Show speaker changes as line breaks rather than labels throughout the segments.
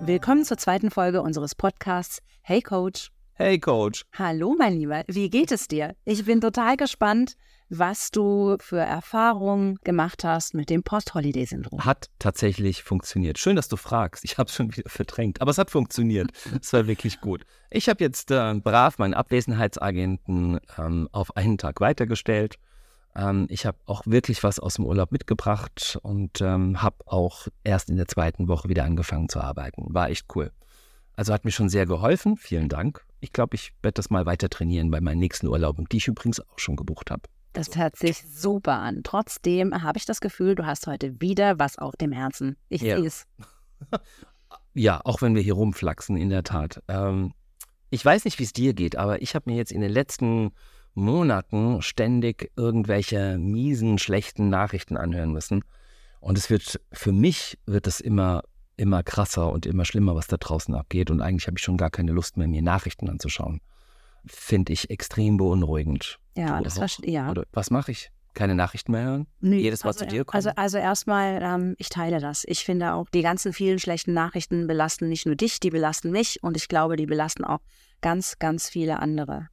Willkommen zur zweiten Folge unseres Podcasts Hey Coach.
Hey Coach.
Hallo mein Lieber, wie geht es dir? Ich bin total gespannt, was du für Erfahrungen gemacht hast mit dem Post-Holiday-Syndrom.
Hat tatsächlich funktioniert. Schön, dass du fragst. Ich habe es schon wieder verdrängt, aber es hat funktioniert. Es war wirklich gut. Ich habe jetzt brav meinen Abwesenheitsagenten auf einen Tag weitergestellt. Ich habe auch wirklich was aus dem Urlaub mitgebracht und habe auch erst in der zweiten Woche wieder angefangen zu arbeiten. War echt cool. Also hat mir schon sehr geholfen. Vielen Dank. Ich glaube, ich werde das mal weiter trainieren bei meinen nächsten Urlauben, die ich übrigens auch schon gebucht habe.
Das hört sich super an. Trotzdem habe ich das Gefühl, du hast heute wieder was auf dem Herzen. Ich sehe es.
Ja, auch wenn wir hier rumflaxen, in der Tat. Ich weiß nicht, wie es dir geht, aber ich habe mir jetzt in den letzten Monaten ständig irgendwelche miesen, schlechten Nachrichten anhören müssen. Und für mich wird es immer krasser und immer schlimmer, was da draußen abgeht. Und eigentlich habe ich schon gar keine Lust mehr, mir Nachrichten anzuschauen. Finde ich extrem beunruhigend.
Ja, das verstehe ich. Ja.
Oder was mache ich? Keine Nachrichten mehr hören?
Nee,
Jedes Mal zu dir kommen?
Also erstmal, ich teile das. Ich finde auch, die ganzen vielen schlechten Nachrichten belasten nicht nur dich, die belasten mich. Und ich glaube, die belasten auch ganz, ganz viele andere.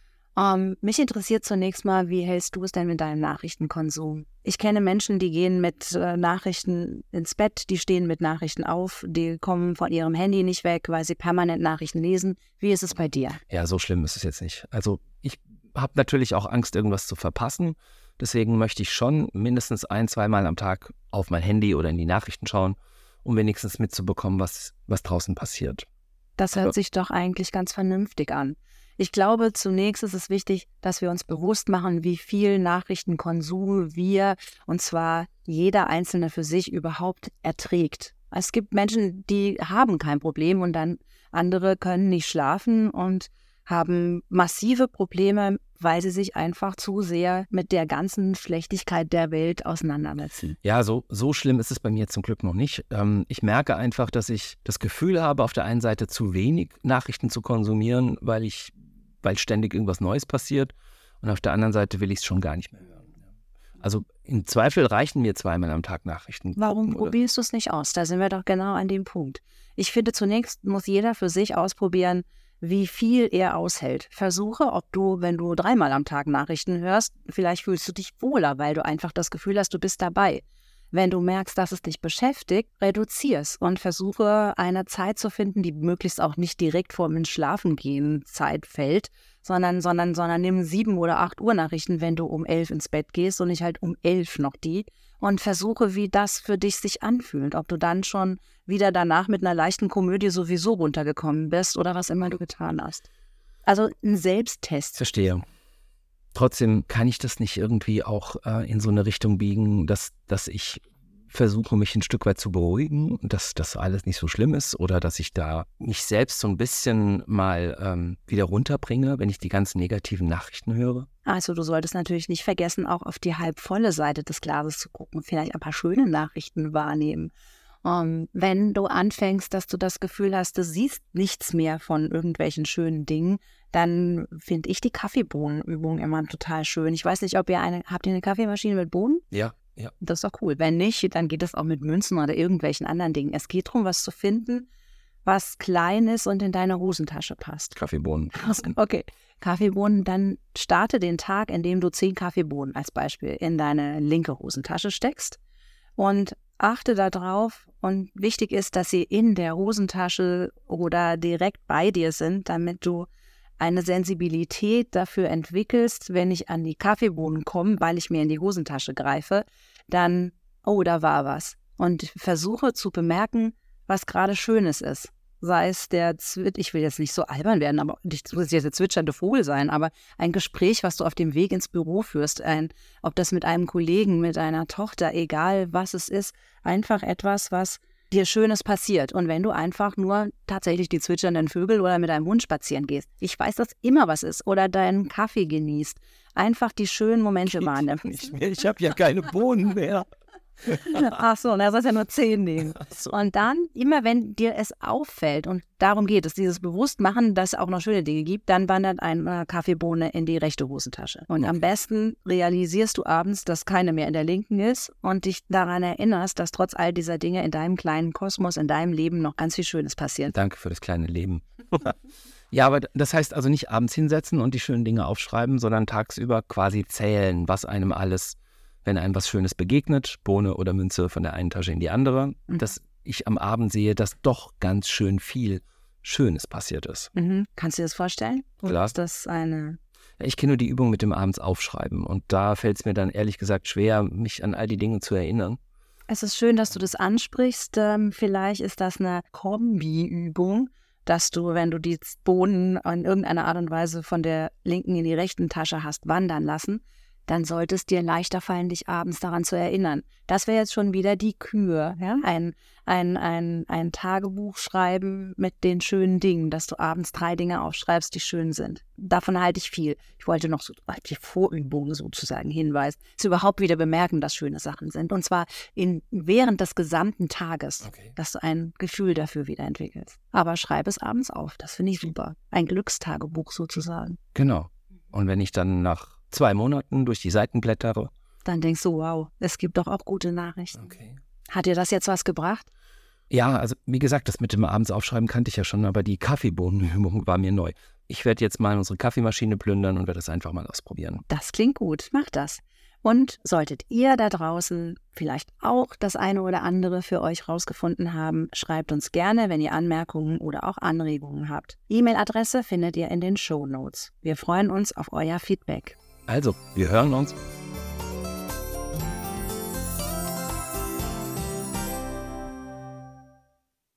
Mich interessiert zunächst mal, wie hältst du es denn mit deinem Nachrichtenkonsum? Ich kenne Menschen, die gehen mit Nachrichten ins Bett, die stehen mit Nachrichten auf, die kommen von ihrem Handy nicht weg, weil sie permanent Nachrichten lesen. Wie ist es bei dir?
Ja, so schlimm ist es jetzt nicht. Also ich habe natürlich auch Angst, irgendwas zu verpassen. Deswegen möchte ich schon mindestens 1-2 Mal am Tag auf mein Handy oder in die Nachrichten schauen, um wenigstens mitzubekommen, was draußen passiert.
Das hört sich doch eigentlich ganz vernünftig an. Ich glaube, zunächst ist es wichtig, dass wir uns bewusst machen, wie viel Nachrichtenkonsum wir, und zwar jeder Einzelne für sich, überhaupt erträgt. Es gibt Menschen, die haben kein Problem und dann andere können nicht schlafen und haben massive Probleme, weil sie sich einfach zu sehr mit der ganzen Schlechtigkeit der Welt auseinandersetzen.
Ja, so schlimm ist es bei mir zum Glück noch nicht. Ich merke einfach, dass ich das Gefühl habe, auf der einen Seite zu wenig Nachrichten zu konsumieren, weil ständig irgendwas Neues passiert, und auf der anderen Seite will ich es schon gar nicht mehr hören. Also im Zweifel reichen mir 2-mal am Tag Nachrichten.
Warum probierst du es nicht aus? Da sind wir doch genau an dem Punkt. Ich finde, zunächst muss jeder für sich ausprobieren, wie viel er aushält. Versuche, wenn du 3-mal am Tag Nachrichten hörst, vielleicht fühlst du dich wohler, weil du einfach das Gefühl hast, du bist dabei. Wenn du merkst, dass es dich beschäftigt, reduziere es und versuche, eine Zeit zu finden, die möglichst auch nicht direkt vor dem Schlafengehen Zeit fällt, sondern nimm 7 oder 8 Uhr Nachrichten, wenn du um 11 ins Bett gehst und nicht halt um 11 noch die, und versuche, wie das für dich sich anfühlt, ob du dann schon wieder danach mit einer leichten Komödie sowieso runtergekommen bist oder was immer du getan hast. Also ein Selbsttest.
Verstehe. Trotzdem kann ich das nicht irgendwie auch in so eine Richtung biegen, dass ich versuche, mich ein Stück weit zu beruhigen, dass das alles nicht so schlimm ist, oder dass ich da mich selbst so ein bisschen mal wieder runterbringe, wenn ich die ganzen negativen Nachrichten höre.
Also du solltest natürlich nicht vergessen, auch auf die halbvolle Seite des Glases zu gucken, vielleicht ein paar schöne Nachrichten wahrnehmen. Wenn du anfängst, dass du das Gefühl hast, du siehst nichts mehr von irgendwelchen schönen Dingen, dann finde ich die Kaffeebohnenübung immer total schön. Ich weiß nicht, habt ihr eine Kaffeemaschine mit Bohnen?
Ja.
Das ist doch cool. Wenn nicht, dann geht es auch mit Münzen oder irgendwelchen anderen Dingen. Es geht darum, was zu finden, was klein ist und in deine Hosentasche passt.
Kaffeebohnen.
Okay, Kaffeebohnen, dann starte den Tag, indem du 10 Kaffeebohnen als Beispiel in deine linke Hosentasche steckst und achte darauf, und wichtig ist, dass sie in der Hosentasche oder direkt bei dir sind, damit du eine Sensibilität dafür entwickelst, wenn ich an die Kaffeebohnen komme, weil ich mir in die Hosentasche greife, dann, oh, da war was. Und versuche zu bemerken, was gerade Schönes ist. Sei es ich will jetzt nicht so albern werden, aber das muss jetzt der zwitschernde Vogel sein, aber ein Gespräch, was du auf dem Weg ins Büro führst, ob das mit einem Kollegen, mit einer Tochter, egal was es ist, einfach etwas, was dir Schönes passiert. Und wenn du einfach nur tatsächlich die zwitschernden Vögel oder mit deinem Hund spazieren gehst, ich weiß, dass immer was ist, oder deinen Kaffee genießt, einfach die schönen Momente wahrnehmen.
Ich habe ja keine Bohnen mehr.
Ach so, da soll es ja nur 10 nehmen.
So.
Und dann, immer wenn dir es auffällt, und darum geht es, dieses Bewusstmachen, dass es auch noch schöne Dinge gibt, dann wandert eine Kaffeebohne in die rechte Hosentasche. Und am besten realisierst du abends, dass keine mehr in der linken ist und dich daran erinnerst, dass trotz all dieser Dinge in deinem kleinen Kosmos, in deinem Leben noch ganz viel Schönes passiert.
Danke für das kleine Leben. Ja, aber das heißt also nicht abends hinsetzen und die schönen Dinge aufschreiben, sondern tagsüber quasi zählen, was einem alles, wenn einem was Schönes begegnet, Bohne oder Münze von der einen Tasche in die andere, dass ich am Abend sehe, dass doch ganz schön viel Schönes passiert ist.
Kannst du dir das vorstellen? Oder
Klar.
ist das eine...
Ja, ich kenne nur die Übung mit dem abends aufschreiben und da fällt es mir dann ehrlich gesagt schwer, mich an all die Dinge zu erinnern.
Es ist schön, dass du das ansprichst. Vielleicht ist das eine Kombi-Übung, dass du, wenn du die Bohnen in irgendeiner Art und Weise von der linken in die rechten Tasche hast wandern lassen, dann sollte es dir leichter fallen, dich abends daran zu erinnern. Das wäre jetzt schon wieder die Kür, ja? Ein Tagebuch schreiben mit den schönen Dingen, dass du abends 3 Dinge aufschreibst, die schön sind. Davon halte ich viel. Ich wollte noch so die Vorübung sozusagen hinweisen, dass sie überhaupt wieder bemerken, dass schöne Sachen sind. Und zwar während des gesamten Tages, dass du ein Gefühl dafür wieder entwickelst. Aber schreib es abends auf, das finde ich super. Ein Glückstagebuch sozusagen.
Genau. Und wenn ich dann nach 2 Monaten durch die Seiten blättere.
Dann denkst du, wow, es gibt doch auch gute Nachrichten.
Okay.
Hat dir das jetzt was gebracht?
Ja, also wie gesagt, das mit dem abends aufschreiben kannte ich ja schon, aber die Kaffeebohnenübung war mir neu. Ich werde jetzt mal unsere Kaffeemaschine plündern und werde das einfach mal ausprobieren.
Das klingt gut, mach das. Und solltet ihr da draußen vielleicht auch das eine oder andere für euch rausgefunden haben, schreibt uns gerne, wenn ihr Anmerkungen oder auch Anregungen habt. E-Mail-Adresse findet ihr in den Shownotes. Wir freuen uns auf euer Feedback.
Also, wir hören uns.